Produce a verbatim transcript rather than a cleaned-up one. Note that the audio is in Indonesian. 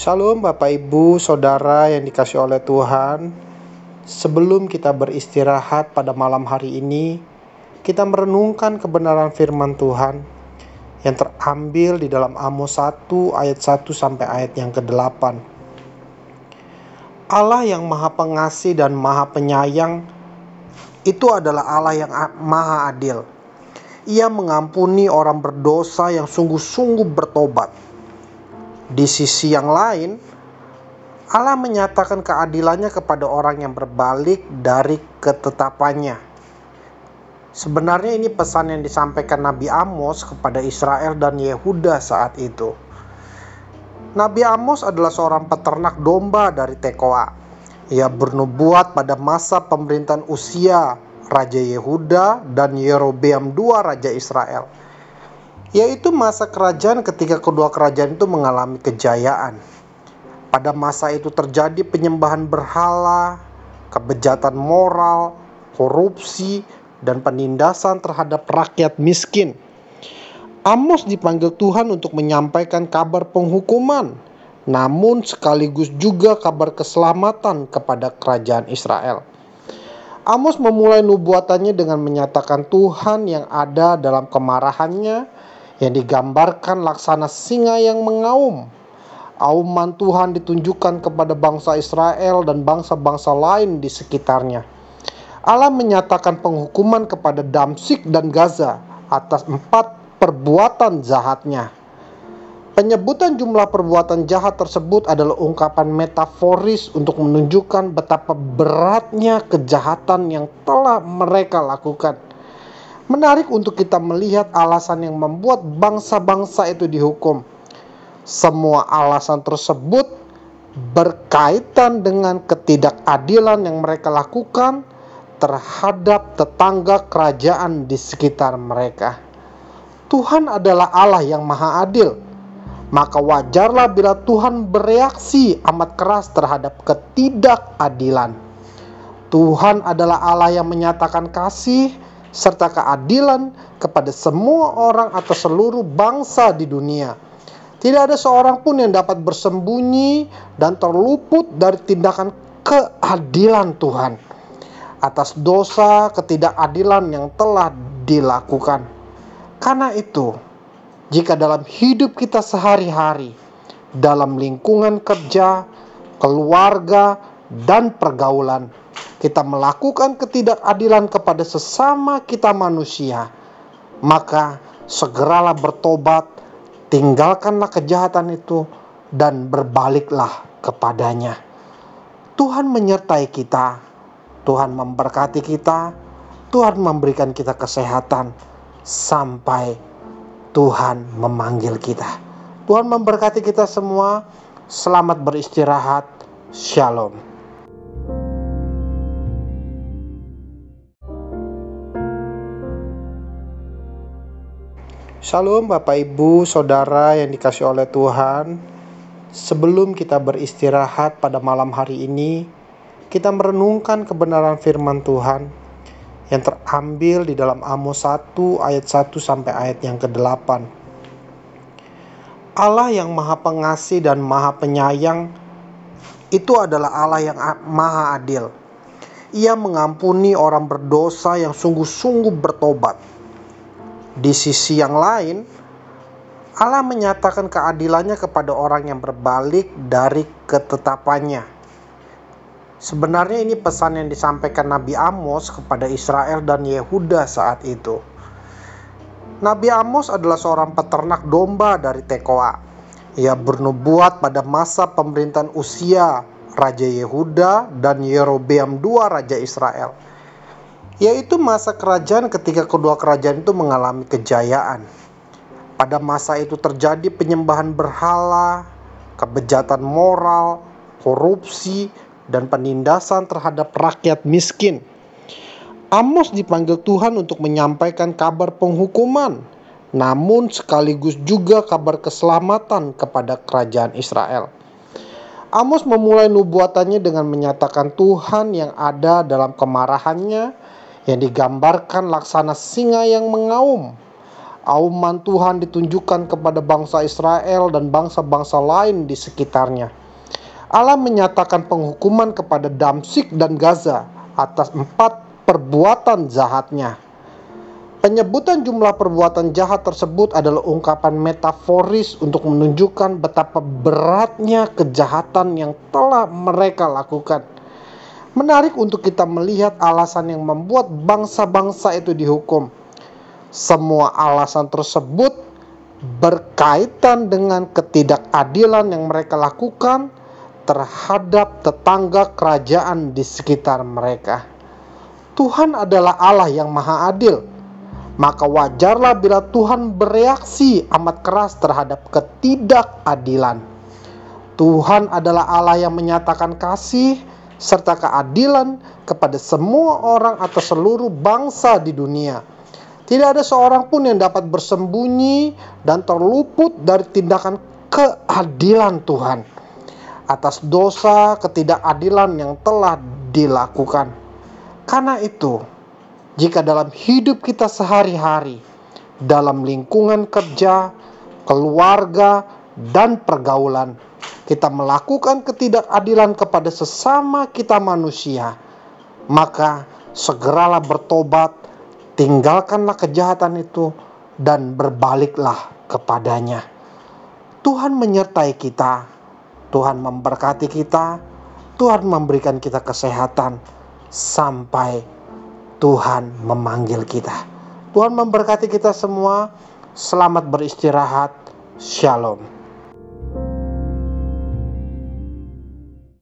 Shalom Bapak Ibu, Saudara yang dikasihi oleh Tuhan. Sebelum kita beristirahat pada malam hari ini, kita merenungkan kebenaran firman Tuhan yang terambil di dalam Amos satu ayat satu sampai ayat yang kedelapan. Allah yang Maha Pengasih dan Maha Penyayang itu adalah Allah yang Maha Adil. Ia mengampuni orang berdosa yang sungguh-sungguh bertobat. Di sisi yang lain, Allah menyatakan keadilannya kepada orang yang berbalik dari ketetapannya. Sebenarnya ini pesan yang disampaikan Nabi Amos kepada Israel dan Yehuda saat itu. Nabi Amos adalah seorang peternak domba dari Tekoa. Ia bernubuat pada masa pemerintahan Uzia, Raja Yehuda, dan Yerobeam kedua, Raja Israel. Yaitu masa kerajaan ketika kedua kerajaan itu mengalami kejayaan. Pada masa itu terjadi penyembahan berhala, kebejatan moral, korupsi, dan penindasan terhadap rakyat miskin. Amos dipanggil Tuhan untuk menyampaikan kabar penghukuman, namun sekaligus juga kabar keselamatan kepada kerajaan Israel. Amos memulai nubuatannya dengan menyatakan Tuhan yang ada dalam kemarahannya, yang digambarkan laksana singa yang mengaum. Auman Tuhan ditunjukkan kepada bangsa Israel dan bangsa-bangsa lain di sekitarnya. Allah menyatakan penghukuman kepada Damsyik dan Gaza atas empat perbuatan jahatnya. Penyebutan jumlah perbuatan jahat tersebut adalah ungkapan metaforis untuk menunjukkan betapa beratnya kejahatan yang telah mereka lakukan. Menarik untuk kita melihat alasan yang membuat bangsa-bangsa itu dihukum. Semua alasan tersebut berkaitan dengan ketidakadilan yang mereka lakukan terhadap tetangga kerajaan di sekitar mereka. Tuhan adalah Allah yang Maha Adil. Maka wajarlah bila Tuhan bereaksi amat keras terhadap ketidakadilan. Tuhan adalah Allah yang menyatakan kasih serta keadilan kepada semua orang atau seluruh bangsa di dunia. Tidak ada seorang pun yang dapat bersembunyi dan terluput dari tindakan keadilan Tuhan atas dosa ketidakadilan yang telah dilakukan. Karena itu, jika dalam hidup kita sehari-hari, dalam lingkungan kerja, keluarga, dan pergaulan, kita melakukan ketidakadilan kepada sesama kita manusia, maka segeralah bertobat, tinggalkanlah kejahatan itu, dan berbaliklah kepadanya. Tuhan menyertai kita, Tuhan memberkati kita, Tuhan memberikan kita kesehatan, sampai Tuhan memanggil kita. Tuhan memberkati kita semua, selamat beristirahat, Shalom. Shalom Bapak Ibu, Saudara yang dikasihi oleh Tuhan. Sebelum kita beristirahat pada malam hari ini, kita merenungkan kebenaran firman Tuhan yang terambil di dalam Amos satu ayat satu sampai ayat yang kedelapan. Allah yang Maha Pengasih dan Maha Penyayang itu adalah Allah yang Maha Adil. Ia mengampuni orang berdosa yang sungguh-sungguh bertobat. Di sisi yang lain, Allah menyatakan keadilannya kepada orang yang berbalik dari ketetapannya. Sebenarnya ini pesan yang disampaikan Nabi Amos kepada Israel dan Yehuda saat itu. Nabi Amos adalah seorang peternak domba dari Tekoa. Ia bernubuat pada masa pemerintahan Uzia, Raja Yehuda, dan Yerobeam kedua, Raja Israel. Yaitu masa kerajaan ketika kedua kerajaan itu mengalami kejayaan. Pada masa itu terjadi penyembahan berhala, kebejatan moral, korupsi, dan penindasan terhadap rakyat miskin. Amos dipanggil Tuhan untuk menyampaikan kabar penghukuman, namun sekaligus juga kabar keselamatan kepada kerajaan Israel. Amos memulai nubuatannya dengan menyatakan Tuhan yang ada dalam kemarahannya, yang digambarkan laksana singa yang mengaum. Auman Tuhan ditunjukkan kepada bangsa Israel dan bangsa-bangsa lain di sekitarnya. Allah menyatakan penghukuman kepada Damsyik dan Gaza atas empat perbuatan jahatnya. Penyebutan jumlah perbuatan jahat tersebut adalah ungkapan metaforis untuk menunjukkan betapa beratnya kejahatan yang telah mereka lakukan. Menarik untuk kita melihat alasan yang membuat bangsa-bangsa itu dihukum. Semua alasan tersebut berkaitan dengan ketidakadilan yang mereka lakukan terhadap tetangga kerajaan di sekitar mereka. Tuhan adalah Allah yang maha adil. Maka wajarlah bila Tuhan bereaksi amat keras terhadap ketidakadilan. Tuhan adalah Allah yang menyatakan kasih serta keadilan kepada semua orang atau seluruh bangsa di dunia. Tidak ada seorang pun yang dapat bersembunyi dan terluput dari tindakan keadilan Tuhan atas dosa ketidakadilan yang telah dilakukan. Karena itu, jika dalam hidup kita sehari-hari, dalam lingkungan kerja, keluarga, dan pergaulan, kita melakukan ketidakadilan kepada sesama kita manusia, maka segeralah bertobat, tinggalkanlah kejahatan itu, dan berbaliklah kepadanya. Tuhan menyertai kita, Tuhan memberkati kita, Tuhan memberikan kita kesehatan, sampai Tuhan memanggil kita. Tuhan memberkati kita semua. Selamat beristirahat. Shalom.